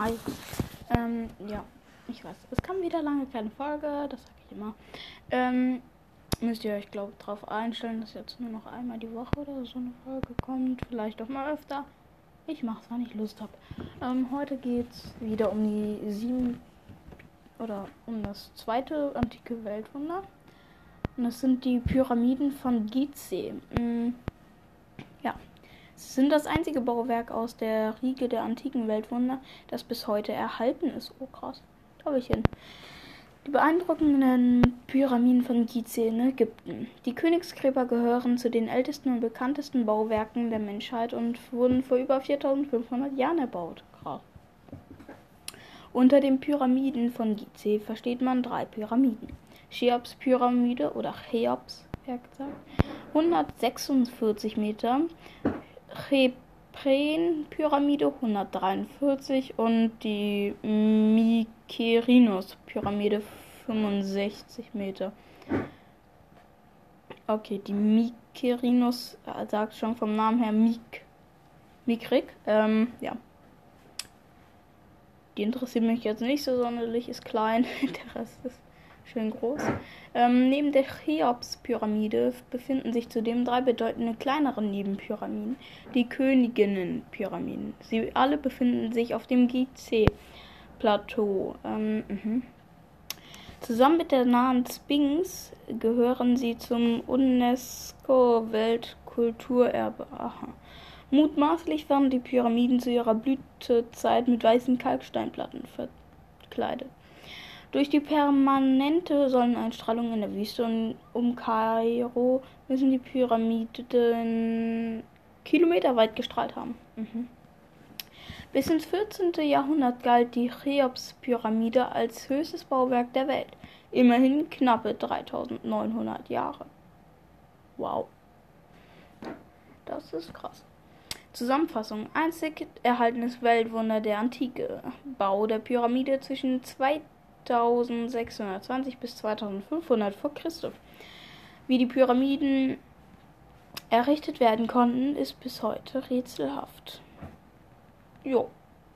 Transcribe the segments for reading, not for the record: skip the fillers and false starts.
Hi. Ja, ich weiß. Es kam wieder lange keine Folge, das sage ich immer. Müsst ihr euch, glaube ich, darauf einstellen, dass jetzt nur noch einmal die Woche oder so eine Folge kommt. Vielleicht auch mal öfter. Ich mache es, wann ich Lust habe. Heute geht es wieder um die um das zweite antike Weltwunder. Und das sind die Pyramiden von Gizeh. Ja. Sie sind das einzige Bauwerk aus der Riege der antiken Weltwunder, das bis heute erhalten ist. Oh krass, da will ich hin. Die beeindruckenden Pyramiden von Gizeh in Ägypten. Die Königsgräber gehören zu den ältesten und bekanntesten Bauwerken der Menschheit und wurden vor über 4500 Jahren erbaut. Krass. Unter den Pyramiden von Gizeh versteht man 3 Pyramiden. Cheops-Pyramide oder Cheops, 146 Meter. Chephren-Pyramide 143 und die Mykerinos-Pyramide 65 Meter. Okay, die Mykerinos sagt schon vom Namen her Mikrik. Ja. Die interessiert mich jetzt nicht so sonderlich, ist klein, der Rest ist schön groß. Neben der Cheops-Pyramide befinden sich zudem 3 bedeutende kleinere Nebenpyramiden, die Königinnen-Pyramiden. Sie alle befinden sich auf dem Gizeh-Plateau. Zusammen mit der nahen Sphinx gehören sie zum UNESCO-Weltkulturerbe. Mutmaßlich waren die Pyramiden zu ihrer Blütezeit mit weißen Kalksteinplatten verkleidet. Durch die permanente Sonneneinstrahlung in der Wüste um Kairo müssen die Pyramiden kilometerweit gestrahlt haben. Bis ins 14. Jahrhundert galt die Cheops-Pyramide als höchstes Bauwerk der Welt. Immerhin knappe 3900 Jahre. Wow. Das ist krass. Zusammenfassung. Einzig erhaltenes Weltwunder der Antike. Bau der Pyramide zwischen 2620 bis 2500 vor Christus. Wie die Pyramiden errichtet werden konnten, ist bis heute rätselhaft. Jo.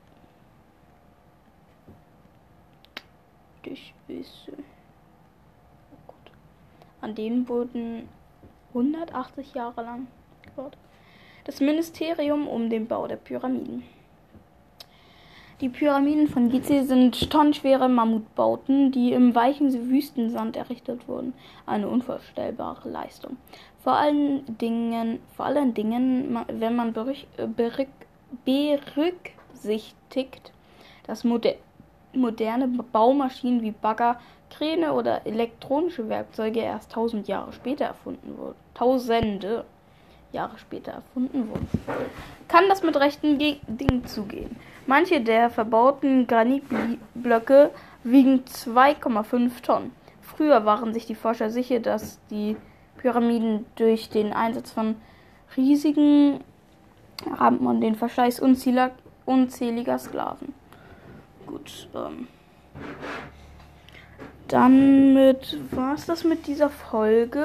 Ich wüsste. Oh Gott. An denen wurden 180 Jahre lang gebaut. Das Ministerium um den Bau der Pyramiden. Die Pyramiden von Gizeh sind tonnenschwere Mammutbauten, die im weichen Wüstensand errichtet wurden. Eine unvorstellbare Leistung. Vor allen Dingen, wenn man berücksichtigt, dass moderne Baumaschinen wie Bagger, Kräne oder elektronische Werkzeuge erst tausende Jahre später erfunden wurden. Kann das mit rechten Dingen zugehen? Manche der verbauten Granitblöcke wiegen 2,5 Tonnen. Früher waren sich die Forscher sicher, dass die Pyramiden durch den Einsatz von riesigen Rampen und den Verschleiß unzähliger Sklaven. Gut, damit war es das mit dieser Folge.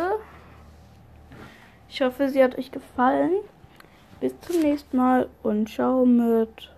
Ich hoffe, sie hat euch gefallen. Bis zum nächsten Mal und ciao mit